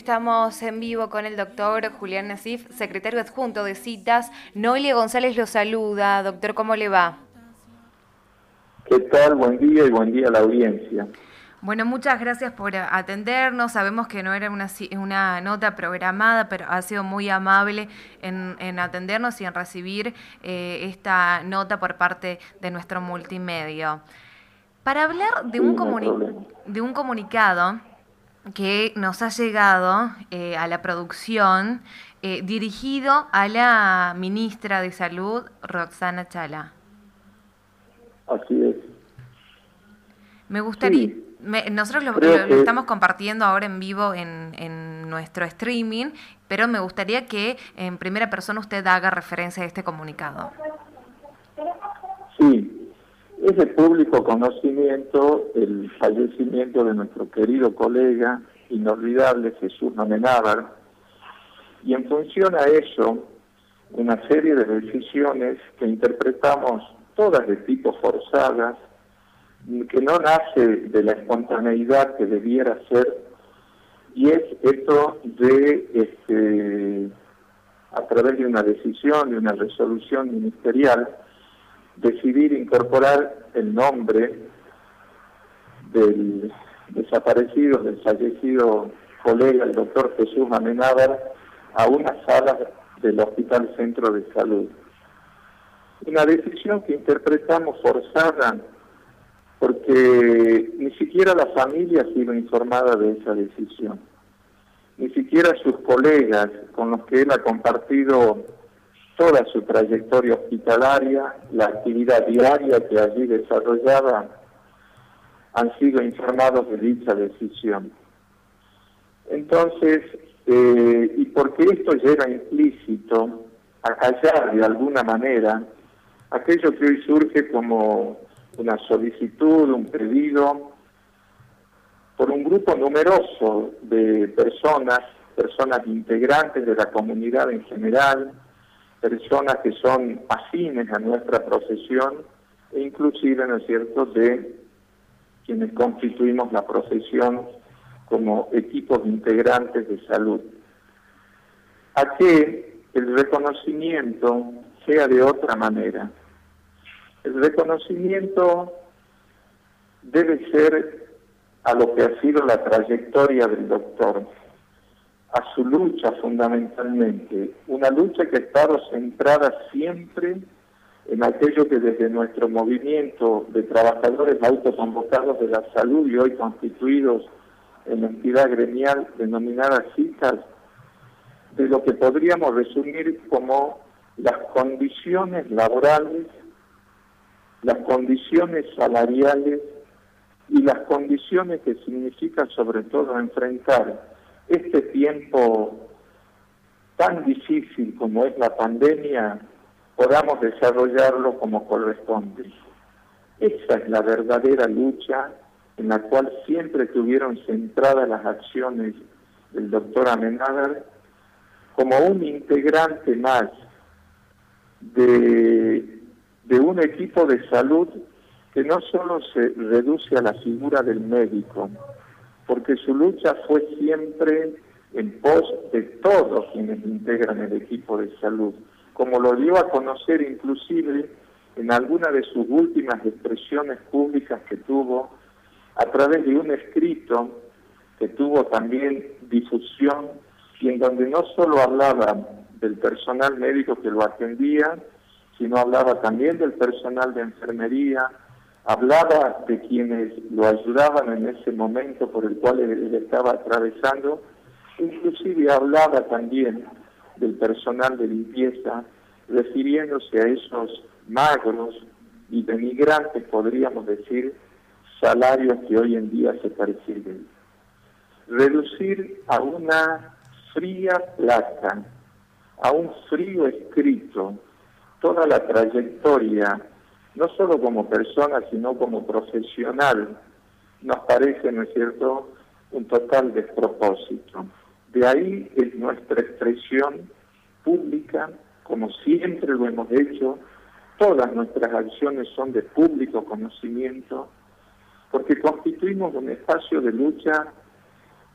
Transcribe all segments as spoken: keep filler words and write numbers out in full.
Estamos en vivo con el doctor Julián Nasif, secretario adjunto de citas. Noelia González lo saluda. Doctor, ¿cómo le va? ¿Qué tal? Buen día y buen día a la audiencia. Bueno, muchas gracias por atendernos. Sabemos que no era una, ci- una nota programada, pero ha sido muy amable en, en atendernos y en recibir eh, esta nota por parte de nuestro multimedio. Para hablar de Sí, un, no hay comuni- problema. de un comunicado que nos ha llegado eh, a la producción eh, dirigido a la ministra de Salud, Roxana Chala. Así es. Me gustaría, Sí, me- nosotros lo, creo lo- lo que estamos compartiendo ahora en vivo en, en nuestro streaming, pero me gustaría que en primera persona usted haga referencia a este comunicado. sí, es de público conocimiento el fallecimiento de nuestro querido colega inolvidable Jesús Amenábar, y en función a eso, una serie de decisiones que interpretamos todas de tipo forzadas, que no nace de la espontaneidad que debiera ser, y es esto de, este, a través de una decisión, de una resolución ministerial, decidir incorporar el nombre del desaparecido, del fallecido colega, el doctor Jesús Amenábar, a una sala del Hospital Centro de Salud. Una decisión que interpretamos forzada porque ni siquiera la familia ha sido informada de esa decisión, ni siquiera sus colegas con los que él ha compartido toda su trayectoria hospitalaria, la actividad diaria que allí desarrollaba, han sido informados de dicha decisión. Entonces, eh, y porque esto lleva implícito a callar de alguna manera aquello que hoy surge como una solicitud, un pedido, por un grupo numeroso de personas, personas integrantes de la comunidad en general, personas que son afines a nuestra profesión, e inclusive, ¿no es cierto?, de quienes constituimos la profesión como equipos integrantes de salud. A que el reconocimiento sea de otra manera. El reconocimiento debe ser a lo que ha sido la trayectoria del doctor, a su lucha fundamentalmente, una lucha que ha estado centrada siempre en aquello que desde nuestro movimiento de trabajadores autoconvocados de la salud y hoy constituidos en la entidad gremial denominada CITAS, de lo que podríamos resumir como las condiciones laborales, las condiciones salariales y las condiciones que significa sobre todo enfrentar este tiempo tan difícil como es la pandemia, podamos desarrollarlo como corresponde. Esa es la verdadera lucha en la cual siempre estuvieron centradas las acciones del doctor Amenábar como un integrante más de, de un equipo de salud que no solo se reduce a la figura del médico, porque su lucha fue siempre en pos de todos quienes integran el equipo de salud, como lo dio a conocer inclusive en alguna de sus últimas expresiones públicas que tuvo a través de un escrito que tuvo también difusión y en donde no solo hablaba del personal médico que lo atendía, sino hablaba también del personal de enfermería, hablaba de quienes lo ayudaban en ese momento por el cual él, él estaba atravesando, inclusive hablaba también del personal de limpieza, refiriéndose a esos magros y denigrantes, podríamos decir, salarios que hoy en día se perciben. Reducir a una fría placa, a un frío escrito, toda la trayectoria, no solo como persona, sino como profesional, nos parece, ¿no es cierto?, un total despropósito. De ahí es nuestra expresión pública, como siempre lo hemos hecho, todas nuestras acciones son de público conocimiento, porque constituimos un espacio de lucha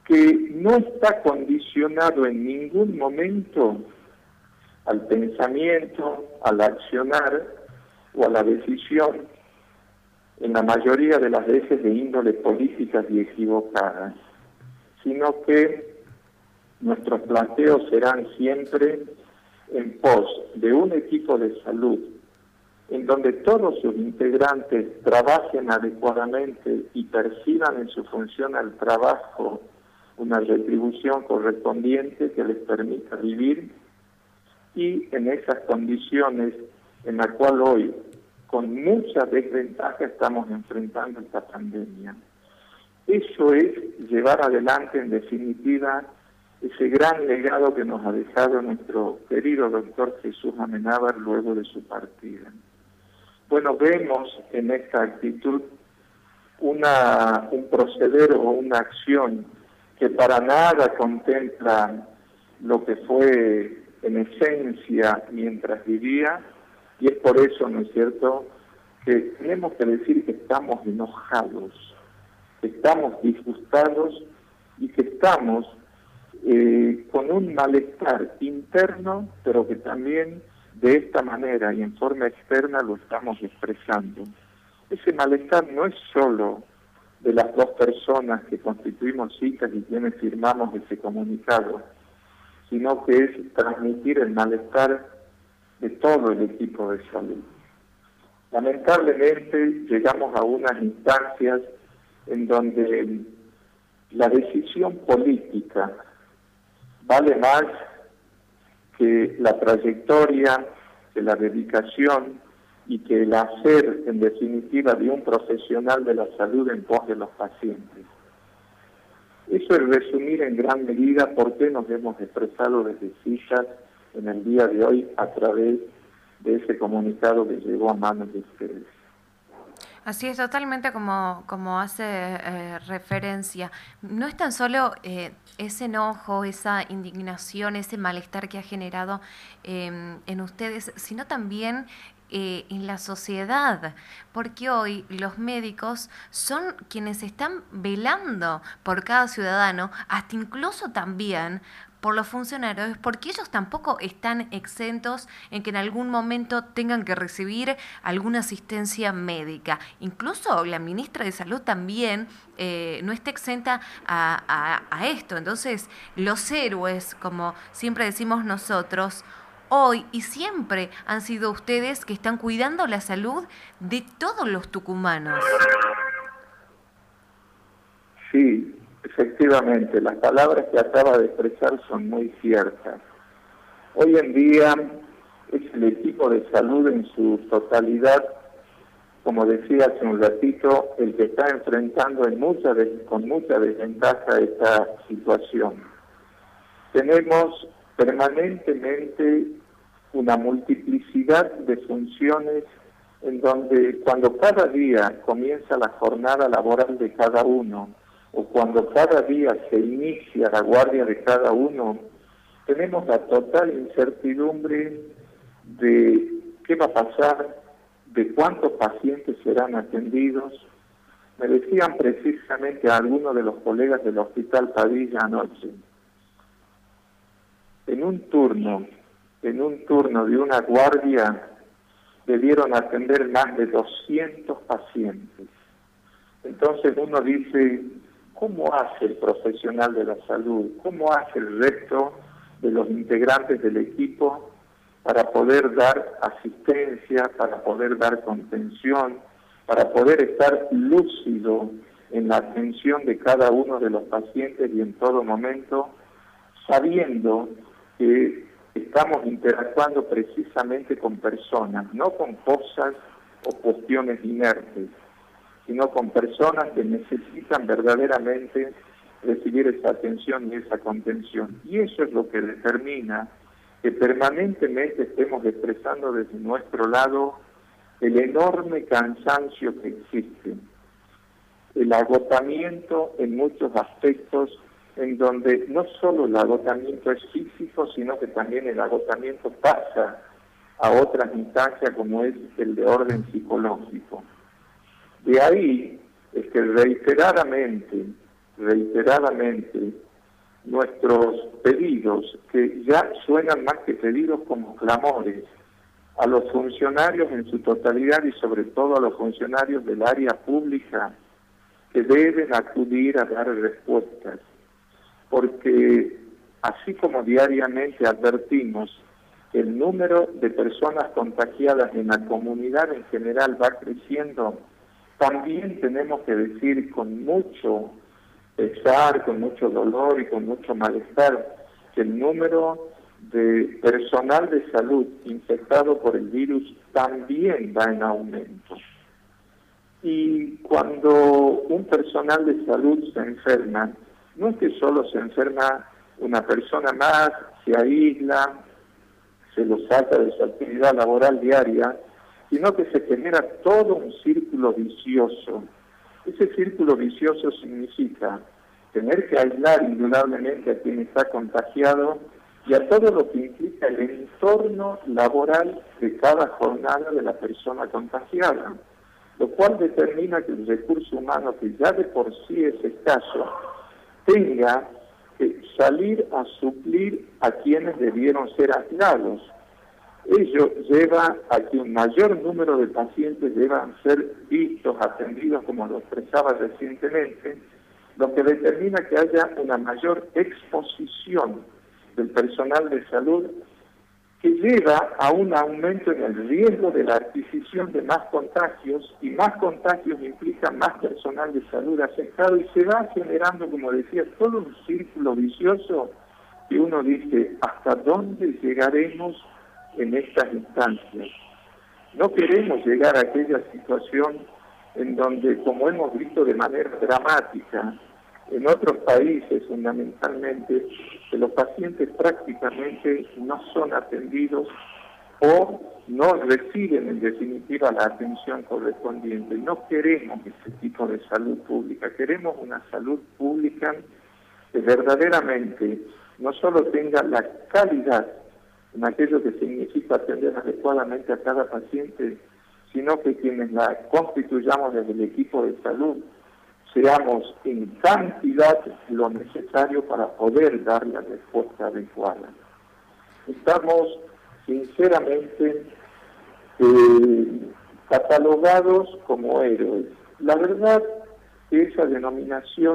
que no está condicionado en ningún momento al pensamiento, al accionar o a la decisión, en la mayoría de las veces de índole políticas y equivocadas, sino que nuestros planteos serán siempre en pos de un equipo de salud, en donde todos sus integrantes trabajen adecuadamente y perciban en su función al trabajo una retribución correspondiente que les permita vivir, y en esas condiciones en las cuales hoy, con mucha desventaja, estamos enfrentando esta pandemia. Eso es llevar adelante, en definitiva, ese gran legado que nos ha dejado nuestro querido doctor Jesús Amenábar luego de su partida. Bueno, vemos en esta actitud una, un proceder o una acción que para nada contempla lo que fue en esencia mientras vivía, y es por eso, ¿no es cierto?, que tenemos que decir que estamos enojados, que estamos disgustados y que estamos eh, con un malestar interno, pero que también de esta manera y en forma externa lo estamos expresando. Ese malestar no es solo de las dos personas que constituimos citas y quienes firmamos ese comunicado, sino que es transmitir el malestar de todo el equipo de salud. Lamentablemente llegamos a unas instancias en donde la decisión política vale más que la trayectoria, que la dedicación y que el hacer, en definitiva, de un profesional de la salud en pos de los pacientes. Eso es resumir en gran medida por qué nos hemos expresado desde CISAT en el día de hoy a través de ese comunicado que llegó a manos de ustedes. Así es, totalmente como, como hace eh, referencia. No es tan solo eh, ese enojo, esa indignación, ese malestar que ha generado eh, en ustedes, sino también eh, en la sociedad, porque hoy los médicos son quienes están velando por cada ciudadano, hasta incluso también por los funcionarios, porque ellos tampoco están exentos en que en algún momento tengan que recibir alguna asistencia médica. Incluso la ministra de Salud también eh, no está exenta a, a, a esto. Entonces, los héroes, como siempre decimos nosotros, hoy y siempre han sido ustedes que están cuidando la salud de todos los tucumanos. Sí, efectivamente, las palabras que acaba de expresar son muy ciertas. Hoy en día es el equipo de salud en su totalidad, como decía hace un ratito, el que está enfrentando en mucha de, con mucha desventaja esta situación. Tenemos permanentemente una multiplicidad de funciones en donde cuando cada día comienza la jornada laboral de cada uno, o cuando cada día se inicia la guardia de cada uno, tenemos la total incertidumbre de qué va a pasar, de cuántos pacientes serán atendidos. Me decían precisamente a algunos de los colegas del Hospital Padilla anoche, en un turno, en un turno de una guardia, debieron atender más de doscientos pacientes. Entonces uno dice, ¿cómo hace el profesional de la salud? ¿Cómo hace el resto de los integrantes del equipo para poder dar asistencia, para poder dar contención, para poder estar lúcido en la atención de cada uno de los pacientes y en todo momento, sabiendo que estamos interactuando precisamente con personas, no con cosas o cuestiones inertes, sino con personas que necesitan verdaderamente recibir esa atención y esa contención. Y eso es lo que determina que permanentemente estemos expresando desde nuestro lado el enorme cansancio que existe, el agotamiento en muchos aspectos, en donde no solo el agotamiento es físico, sino que también el agotamiento pasa a otras instancias como es el de orden psicológico. De ahí es que reiteradamente reiteradamente nuestros pedidos, que ya suenan más que pedidos como clamores, a los funcionarios en su totalidad y sobre todo a los funcionarios del área pública que deben acudir a dar respuestas, porque así como diariamente advertimos que el número de personas contagiadas en la comunidad en general va creciendo, también tenemos que decir con mucho pesar, con mucho dolor y con mucho malestar que el número de personal de salud infectado por el virus también va en aumento. Y cuando un personal de salud se enferma, no es que solo se enferma una persona más, se aísla, se lo saca de su actividad laboral diaria, sino que se genera todo un círculo vicioso. Ese círculo vicioso significa tener que aislar indudablemente a quien está contagiado y a todo lo que implica el entorno laboral de cada jornada de la persona contagiada, lo cual determina que el recurso humano, que ya de por sí es escaso, tenga que salir a suplir a quienes debieron ser aislados. Ello lleva a que un mayor número de pacientes deban ser vistos, atendidos, como lo expresaba recientemente, lo que determina que haya una mayor exposición del personal de salud, que lleva a un aumento en el riesgo de la adquisición de más contagios, y más contagios implican más personal de salud afectado, y se va generando, como decía, todo un círculo vicioso que uno dice, ¿hasta dónde llegaremos en estas instancias? No queremos llegar a aquella situación en donde, como hemos visto de manera dramática en otros países fundamentalmente, que los pacientes prácticamente no son atendidos o no reciben en definitiva la atención correspondiente. No queremos ese tipo de salud pública, queremos una salud pública que verdaderamente no solo tenga la calidad en aquello que significa atender adecuadamente a cada paciente, sino que quienes la constituyamos desde el equipo de salud seamos en cantidad lo necesario para poder dar la respuesta adecuada. Estamos sinceramente eh, catalogados como héroes. La verdad que esa denominación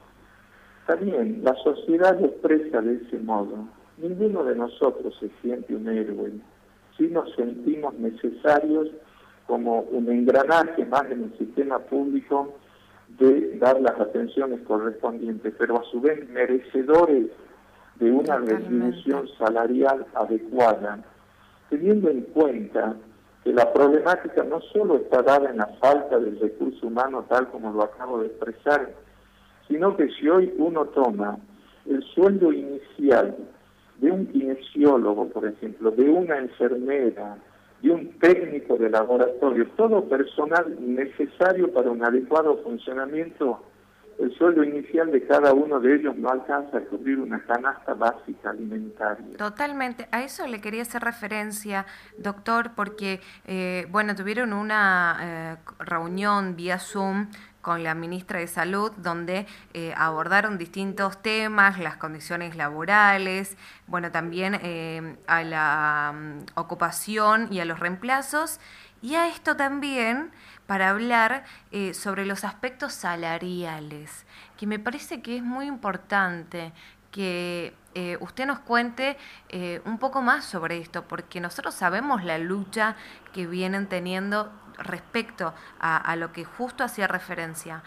también la sociedad lo expresa de ese modo. Ninguno de nosotros se siente un héroe, sí nos sentimos necesarios como un engranaje más en el sistema público de dar las atenciones correspondientes, pero a su vez merecedores de una retribución salarial adecuada, teniendo en cuenta que la problemática no solo está dada en la falta del recurso humano tal como lo acabo de expresar, sino que si hoy uno toma el sueldo inicial de un kinesiólogo, por ejemplo, de una enfermera, de un técnico de laboratorio, todo personal necesario para un adecuado funcionamiento, el sueldo inicial de cada uno de ellos no alcanza a cubrir una canasta básica alimentaria. Totalmente, a eso le quería hacer referencia, doctor, porque, eh, bueno, tuvieron una eh, reunión vía Zoom con la ministra de Salud, donde eh, abordaron distintos temas, las condiciones laborales, bueno, también eh, a la um, ocupación y a los reemplazos, y a esto también para hablar eh, sobre los aspectos salariales, que me parece que es muy importante que eh, usted nos cuente eh, un poco más sobre esto, porque nosotros sabemos la lucha que vienen teniendo respecto a, a lo que justo hacía referencia.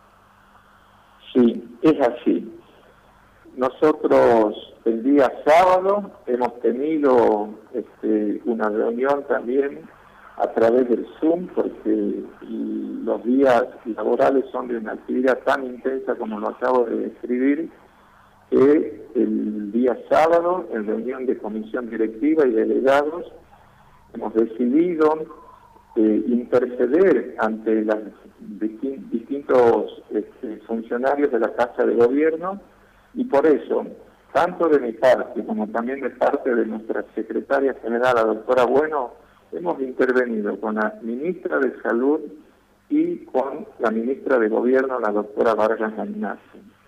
Sí, es así. Nosotros el día sábado hemos tenido este, una reunión también a través del Zoom, porque los días laborales son de una actividad tan intensa como lo acabo de describir, que el día sábado, en reunión de comisión directiva y delegados, hemos decidido eh, interceder ante los distintos este, funcionarios de la Casa de Gobierno, y por eso, tanto de mi parte como también de parte de nuestra secretaria general, la doctora Bueno, hemos intervenido con la ministra de Salud y con la ministra de Gobierno, la doctora Vargas Ignacio.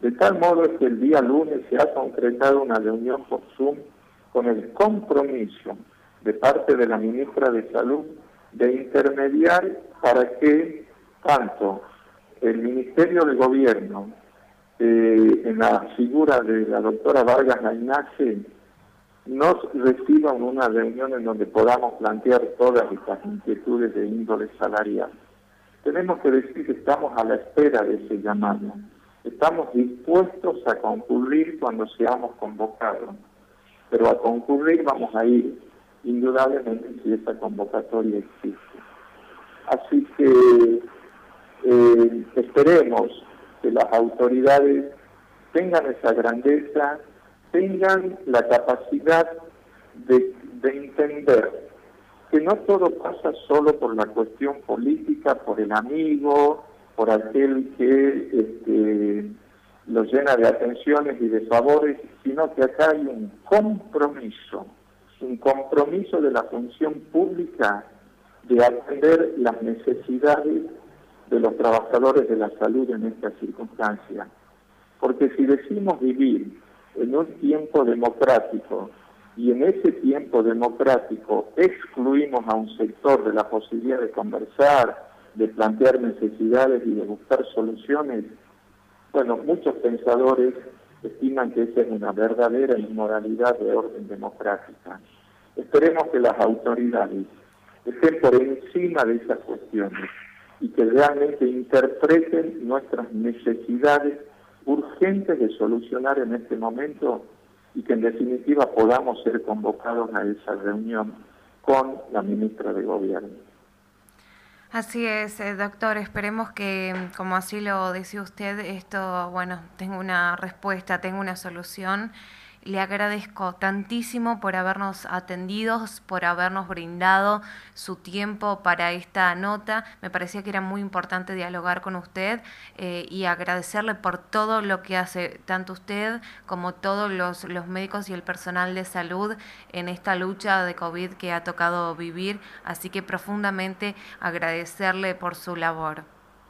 De tal modo es que el día lunes se ha concretado una reunión por Zoom con el compromiso de parte de la ministra de Salud de intermediar para que tanto el Ministerio de Gobierno, eh, en la figura de la doctora Vargas Lainace, nos reciban una reunión en donde podamos plantear todas estas inquietudes de índole salarial. Tenemos que decir que estamos a la espera de ese llamado. Estamos dispuestos a concurrir cuando seamos convocados, pero a concurrir vamos a ir, indudablemente, si esa convocatoria existe. Así que eh, esperemos que las autoridades tengan esa grandeza, tengan la capacidad de, de entender que no todo pasa solo por la cuestión política, por el amigo, por aquel que este, lo llena de atenciones y de favores, sino que acá hay un compromiso, un compromiso de la función pública de atender las necesidades de los trabajadores de la salud en esta circunstancia. Porque si decimos vivir en un tiempo democrático y en ese tiempo democrático excluimos a un sector de la posibilidad de conversar, de plantear necesidades y de buscar soluciones, bueno, muchos pensadores estiman que esa es una verdadera inmoralidad de orden democrática. Esperemos que las autoridades estén por encima de esas cuestiones y que realmente interpreten nuestras necesidades urgentes de solucionar en este momento y que en definitiva podamos ser convocados a esa reunión con la ministra de Gobierno. Así es, eh, doctor, esperemos que, como así lo decía usted, esto, bueno, tenga una respuesta, tenga una solución. Le agradezco tantísimo por habernos atendido, por habernos brindado su tiempo para esta nota. Me parecía que era muy importante dialogar con usted eh, y agradecerle por todo lo que hace tanto usted como todos los, los médicos y el personal de salud en esta lucha de COVID que ha tocado vivir. Así que profundamente agradecerle por su labor.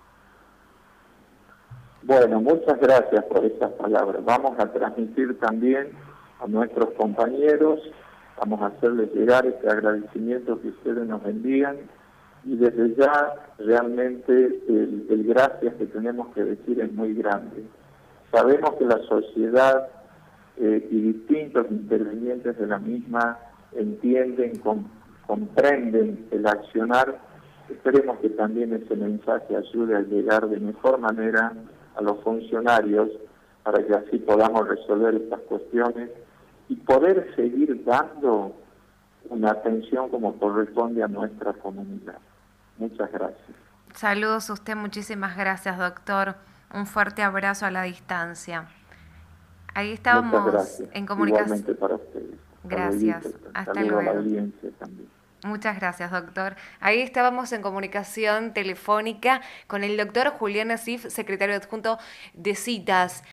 Bueno, muchas gracias por esas palabras. Vamos a transmitir también a nuestros compañeros, vamos a hacerles llegar este agradecimiento que ustedes nos envían y desde ya realmente el, el gracias que tenemos que decir es muy grande. Sabemos que la sociedad eh, y distintos intervinientes de la misma entienden, com, comprenden el accionar. Esperemos que también ese mensaje ayude a llegar de mejor manera a los funcionarios para que así podamos resolver estas cuestiones y poder seguir dando una atención como corresponde a nuestra comunidad. Muchas gracias. Saludos a usted, muchísimas gracias, doctor. Un fuerte abrazo a la distancia. Ahí estábamos en comunicación. Igualmente para ustedes. Gracias. Hasta Saludo luego. A la audiencia también. Muchas gracias, doctor. Ahí estábamos en comunicación telefónica con el doctor Julián Asif, secretario adjunto de Citas.